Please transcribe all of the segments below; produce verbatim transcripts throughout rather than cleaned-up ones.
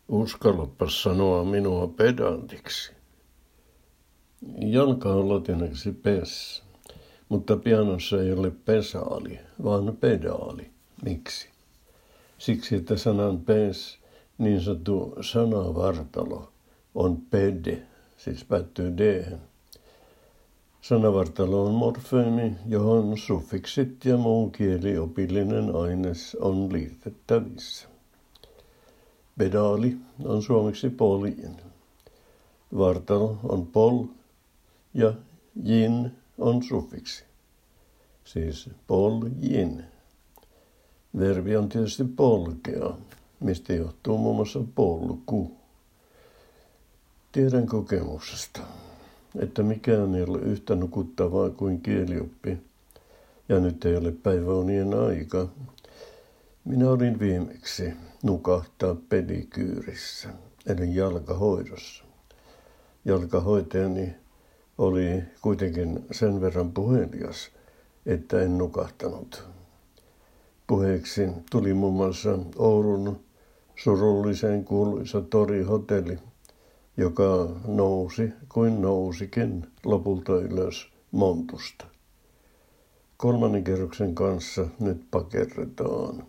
Uskallepas sanoa minua pedantiksi. Jalka on latinaksi pes, mutta pianossa ei ole pesaali, vaan pedaali. Miksi? Siksi, että sanan pes, niin sanottu sanavartalo, on pede, siis päättyy d-hän. Sanavartalo on morfeemi, johon suffiksit ja muu kieliopillinen aines on liitettävissä. Pedaali on suomeksi poliin. Vartalo on pol ja jin on suffiksi, siis pol jin. Verbi on tietysti polkea, mistä johtuu muun muassa polku. Tiedän kokemuksesta, että mikään ei ole yhtä nukuttavaa kuin kielioppi, ja nyt ei ole päiväunien aika. Minä olin viimeksi nukahtaa pedikyyrissä, eli jalkahoidossa. Jalkahoitajani oli kuitenkin sen verran puhelias, että en nukahtanut. Puheeksi tuli muun muassa Oulun surullisen kuuluisa torihotelli, joka nousi kuin nousikin lopulta ylös montusta. Kolmannen kerroksen kanssa nyt pakerretaan.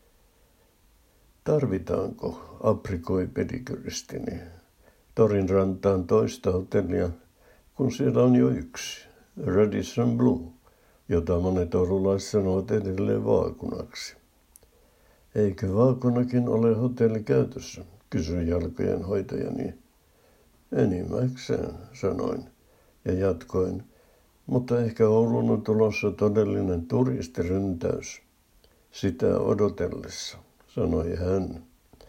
Tarvitaanko, aprikoi pedikyristini, torin rantaan toista hotellia, kun siellä on jo yksi, Radisson Blu, jota monet oululaiset sanovat edelleen vaakunaksi. Eikö vaakunakin ole hotelli käytössä, kysyi jalkojen hoitajani. Enimmäkseen, sanoin ja jatkoin, mutta ehkä Ouluun on tulossa todellinen turistiryntäys. Sitä odotellessa, sanoi hän.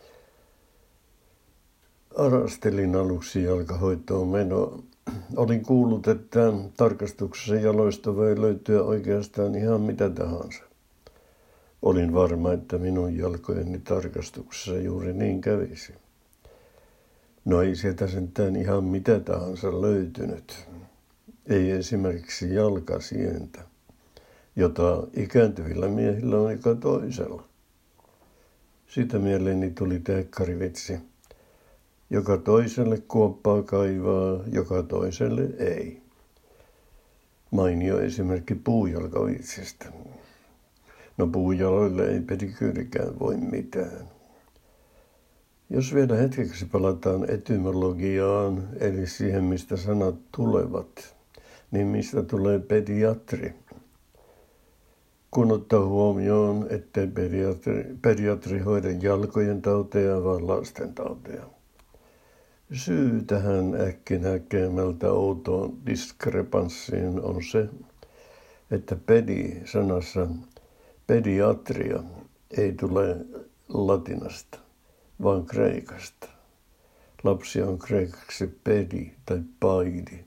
Arastelin aluksi jalkahoitoon menoa. Olin kuullut, että tarkastuksessa jaloista voi löytyä oikeastaan ihan mitä tahansa. Olin varma, että minun jalkojeni tarkastuksessa juuri niin kävisi. No ei sieltä sentään ihan mitä tahansa löytynyt. Ei esimerkiksi jalkasientä, jota ikääntyvillä miehillä on joka toisella. Siitä mieleeni tuli teekkarivitsi. Joka toiselle kuoppaa kaivaa, joka toiselle ei. Mainio esimerkki puujalkavitsistä. No puujaloille ei pedikyyrikään voi mitään. Jos vielä hetkeksi palataan etymologiaan, eli siihen mistä sanat tulevat, niin mistä tulee pediatri? Kun ottaa huomioon, ettei pediatri, pediatri hoida jalkojen tauteja, vaan lasten tauteja. Syy tähän äkkinäkemältä outoon diskrepanssiin on se, että pedi-sanassa pediatria ei tule latinasta, vaan kreikasta. Lapsi on kreikaksi pedi tai paidi.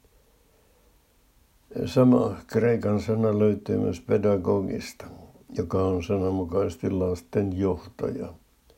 Sama kreikan sana löytyy myös pedagogista, joka on sananmukaisesti lasten johtaja.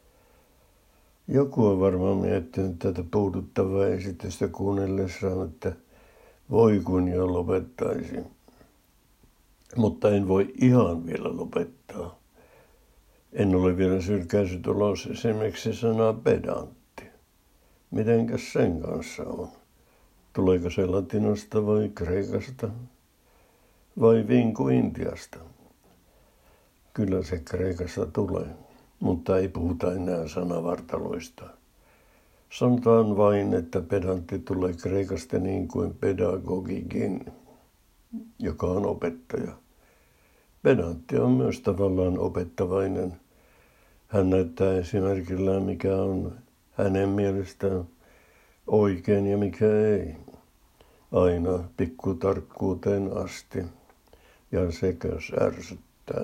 Joku on varmaan miettinyt tätä puuduttavaa esitystä kuunnellessaan, että voi kun jo lopettaisi. Mutta en voi ihan vielä lopettaa. En ole vielä sylkäissyt ulos esimerkiksi sanaa pedantti. Mitenkäs sen kanssa on? Tuleeko se latinasta vai kreikasta? Vai vinku Intiasta? Kyllä se kreikasta tulee. Mutta ei puhuta enää sanavartaloista. Sanotaan vain, että pedantti tulee kreikasta niin kuin pedagogikin, joka on opettaja. Pedantti on myös tavallaan opettavainen. Hän näyttää esimerkillään, mikä on hänen mielestään oikein ja mikä ei. Aina pikkutarkkuuteen asti. Ja sekös ärsyttää.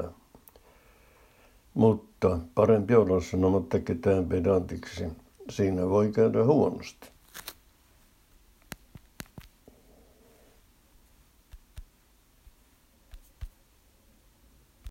Mutta parempi olla sanomatta ketään pedantiksi. Siinä voi käydä huonosti.